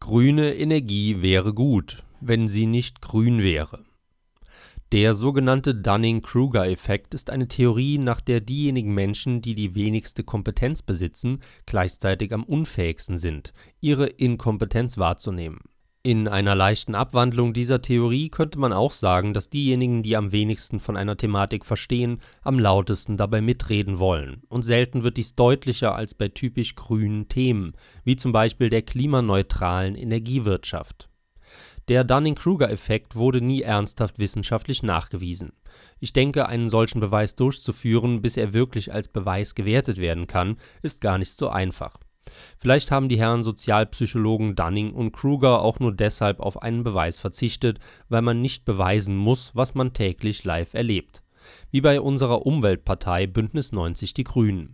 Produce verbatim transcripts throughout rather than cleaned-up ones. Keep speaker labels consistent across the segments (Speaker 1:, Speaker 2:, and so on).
Speaker 1: Grüne Energie wäre gut, wenn sie nicht grün wäre. Der sogenannte Dunning-Kruger-Effekt ist eine Theorie, nach der diejenigen Menschen, die die wenigste Kompetenz besitzen, gleichzeitig am unfähigsten sind, ihre Inkompetenz wahrzunehmen. In einer leichten Abwandlung dieser Theorie könnte man auch sagen, dass diejenigen, die am wenigsten von einer Thematik verstehen, am lautesten dabei mitreden wollen. Und selten wird dies deutlicher als bei typisch grünen Themen, wie zum Beispiel der klimaneutralen Energiewirtschaft. Der Dunning-Kruger-Effekt wurde nie ernsthaft wissenschaftlich nachgewiesen. Ich denke, einen solchen Beweis durchzuführen, bis er wirklich als Beweis gewertet werden kann, ist gar nicht so einfach. Vielleicht haben die Herren Sozialpsychologen Dunning und Kruger auch nur deshalb auf einen Beweis verzichtet, weil man nicht beweisen muss, was man täglich live erlebt. Wie bei unserer Umweltpartei Bündnis neunzig Die Grünen.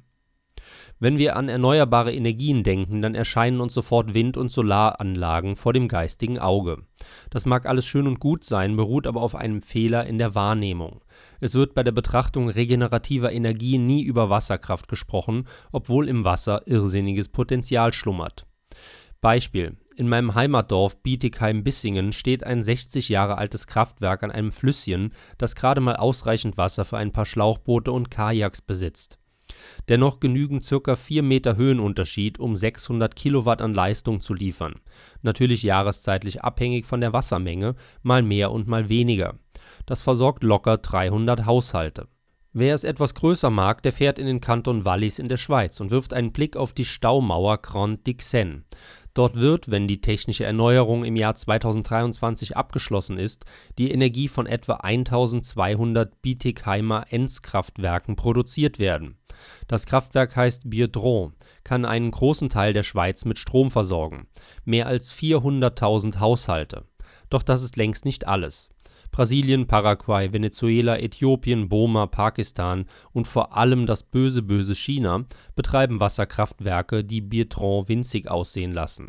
Speaker 1: Wenn wir an erneuerbare Energien denken, dann erscheinen uns sofort Wind- und Solaranlagen vor dem geistigen Auge. Das mag alles schön und gut sein, beruht aber auf einem Fehler in der Wahrnehmung. Es wird bei der Betrachtung regenerativer Energien nie über Wasserkraft gesprochen, obwohl im Wasser irrsinniges Potenzial schlummert. Beispiel: In meinem Heimatdorf Bietigheim-Bissingen steht ein sechzig Jahre altes Kraftwerk an einem Flüsschen, das gerade mal ausreichend Wasser für ein paar Schlauchboote und Kajaks besitzt. Dennoch genügen ca. vier Meter Höhenunterschied, um sechshundert Kilowatt an Leistung zu liefern. Natürlich jahreszeitlich abhängig von der Wassermenge, mal mehr und mal weniger. Das versorgt locker dreihundert Haushalte. Wer es etwas größer mag, der fährt in den Kanton Wallis in der Schweiz und wirft einen Blick auf die Staumauer Grand Dixaine. Dort wird, wenn die technische Erneuerung im Jahr zweitausenddreiundzwanzig abgeschlossen ist, die Energie von etwa eintausendzweihundert Bietigheimer Enz-Kraftwerken produziert werden. Das Kraftwerk heißt Biedron, kann einen großen Teil der Schweiz mit Strom versorgen, mehr als vierhunderttausend Haushalte. Doch das ist längst nicht alles. Brasilien, Paraguay, Venezuela, Äthiopien, Burma, Pakistan und vor allem das böse böse China betreiben Wasserkraftwerke, die Biedron winzig aussehen lassen.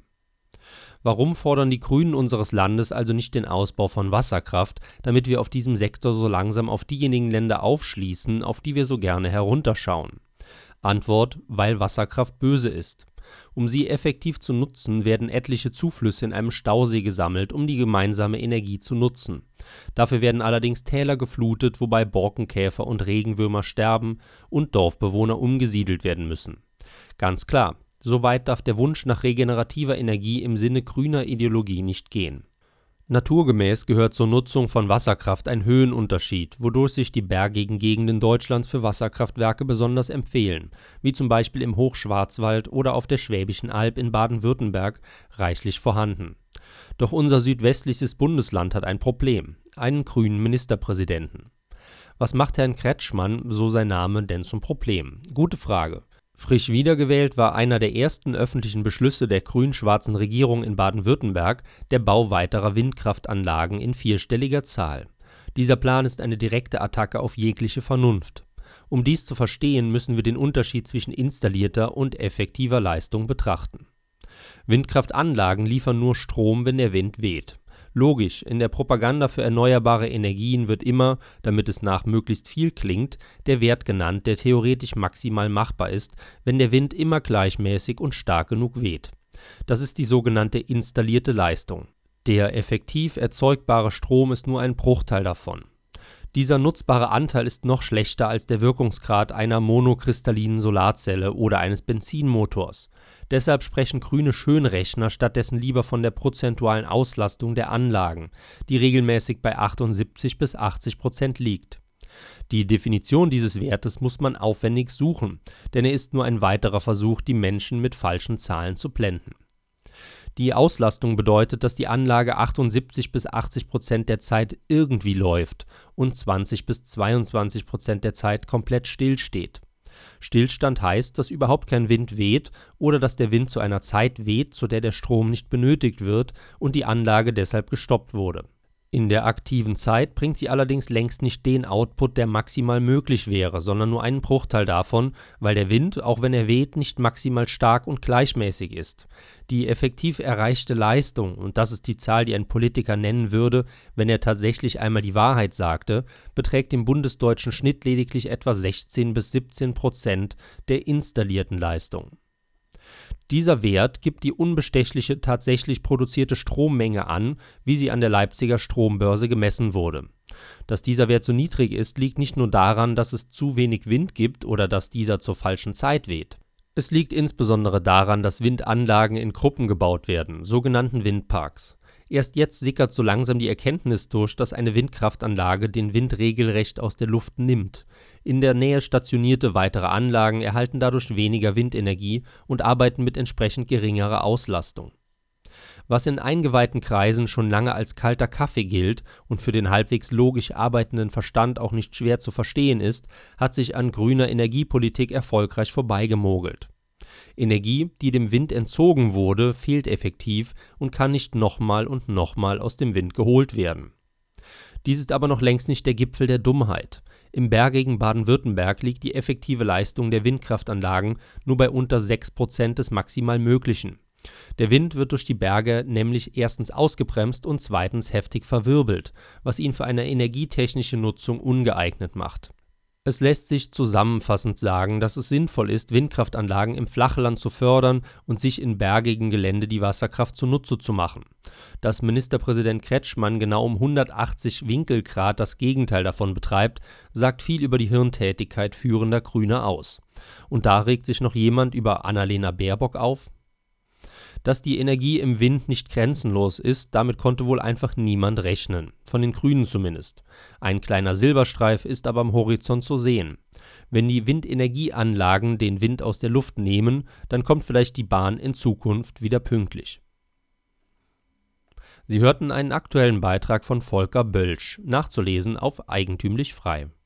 Speaker 1: Warum fordern die Grünen unseres Landes also nicht den Ausbau von Wasserkraft, damit wir auf diesem Sektor so langsam auf diejenigen Länder aufschließen, auf die wir so gerne herunterschauen? Antwort: Weil Wasserkraft böse ist. Um sie effektiv zu nutzen, werden etliche Zuflüsse in einem Stausee gesammelt, um die gemeinsame Energie zu nutzen. Dafür werden allerdings Täler geflutet, wobei Borkenkäfer und Regenwürmer sterben und Dorfbewohner umgesiedelt werden müssen. Ganz klar, so weit darf der Wunsch nach regenerativer Energie im Sinne grüner Ideologie nicht gehen. Naturgemäß gehört zur Nutzung von Wasserkraft ein Höhenunterschied, wodurch sich die bergigen Gegenden Deutschlands für Wasserkraftwerke besonders empfehlen, wie zum Beispiel im Hochschwarzwald oder auf der Schwäbischen Alb in Baden-Württemberg, reichlich vorhanden. Doch unser südwestliches Bundesland hat ein Problem: einen grünen Ministerpräsidenten. Was macht Herrn Kretschmann, so sein Name, denn zum Problem? Gute Frage. Frisch wiedergewählt war einer der ersten öffentlichen Beschlüsse der grün-schwarzen Regierung in Baden-Württemberg der Bau weiterer Windkraftanlagen in vierstelliger Zahl. Dieser Plan ist eine direkte Attacke auf jegliche Vernunft. Um dies zu verstehen, müssen wir den Unterschied zwischen installierter und effektiver Leistung betrachten. Windkraftanlagen liefern nur Strom, wenn der Wind weht. Logisch, in der Propaganda für erneuerbare Energien wird immer, damit es nach möglichst viel klingt, der Wert genannt, der theoretisch maximal machbar ist, wenn der Wind immer gleichmäßig und stark genug weht. Das ist die sogenannte installierte Leistung. Der effektiv erzeugbare Strom ist nur ein Bruchteil davon. Dieser nutzbare Anteil ist noch schlechter als der Wirkungsgrad einer monokristallinen Solarzelle oder eines Benzinmotors. Deshalb sprechen grüne Schönrechner stattdessen lieber von der prozentualen Auslastung der Anlagen, die regelmäßig bei achtundsiebzig bis achtzig Prozent liegt. Die Definition dieses Wertes muss man aufwendig suchen, denn er ist nur ein weiterer Versuch, die Menschen mit falschen Zahlen zu blenden. Die Auslastung bedeutet, dass die Anlage achtundsiebzig bis achtzig Prozent der Zeit irgendwie läuft und zwanzig bis zweiundzwanzig Prozent der Zeit komplett stillsteht. Stillstand heißt, dass überhaupt kein Wind weht oder dass der Wind zu einer Zeit weht, zu der der Strom nicht benötigt wird und die Anlage deshalb gestoppt wurde. In der aktiven Zeit bringt sie allerdings längst nicht den Output, der maximal möglich wäre, sondern nur einen Bruchteil davon, weil der Wind, auch wenn er weht, nicht maximal stark und gleichmäßig ist. Die effektiv erreichte Leistung, und das ist die Zahl, die ein Politiker nennen würde, wenn er tatsächlich einmal die Wahrheit sagte, beträgt im bundesdeutschen Schnitt lediglich etwa sechzehn bis siebzehn Prozent der installierten Leistung. Dieser Wert gibt die unbestechliche tatsächlich produzierte Strommenge an, wie sie an der Leipziger Strombörse gemessen wurde. Dass dieser Wert so niedrig ist, liegt nicht nur daran, dass es zu wenig Wind gibt oder dass dieser zur falschen Zeit weht. Es liegt insbesondere daran, dass Windanlagen in Gruppen gebaut werden, sogenannten Windparks. Erst jetzt sickert so langsam die Erkenntnis durch, dass eine Windkraftanlage den Wind regelrecht aus der Luft nimmt. In der Nähe stationierte weitere Anlagen erhalten dadurch weniger Windenergie und arbeiten mit entsprechend geringerer Auslastung. Was in eingeweihten Kreisen schon lange als kalter Kaffee gilt und für den halbwegs logisch arbeitenden Verstand auch nicht schwer zu verstehen ist, hat sich an grüner Energiepolitik erfolgreich vorbeigemogelt. Energie, die dem Wind entzogen wurde, fehlt effektiv und kann nicht nochmal und nochmal aus dem Wind geholt werden. Dies ist aber noch längst nicht der Gipfel der Dummheit. Im bergigen Baden-Württemberg liegt die effektive Leistung der Windkraftanlagen nur bei unter sechs Prozent des maximal Möglichen. Der Wind wird durch die Berge nämlich erstens ausgebremst und zweitens heftig verwirbelt, was ihn für eine energietechnische Nutzung ungeeignet macht. Es lässt sich zusammenfassend sagen, dass es sinnvoll ist, Windkraftanlagen im Flachland zu fördern und sich in bergigem Gelände die Wasserkraft zunutze zu machen. Dass Ministerpräsident Kretschmann genau um hundertachtzig Winkelgrad das Gegenteil davon betreibt, sagt viel über die Hirntätigkeit führender Grüner aus. Und da regt sich noch jemand über Annalena Baerbock auf? Dass die Energie im Wind nicht grenzenlos ist, damit konnte wohl einfach niemand rechnen, von den Grünen zumindest. Ein kleiner Silberstreif ist aber am Horizont zu sehen. Wenn die Windenergieanlagen den Wind aus der Luft nehmen, dann kommt vielleicht die Bahn in Zukunft wieder pünktlich. Sie hörten einen aktuellen Beitrag von Volker Bölsch, nachzulesen auf eigentümlich frei.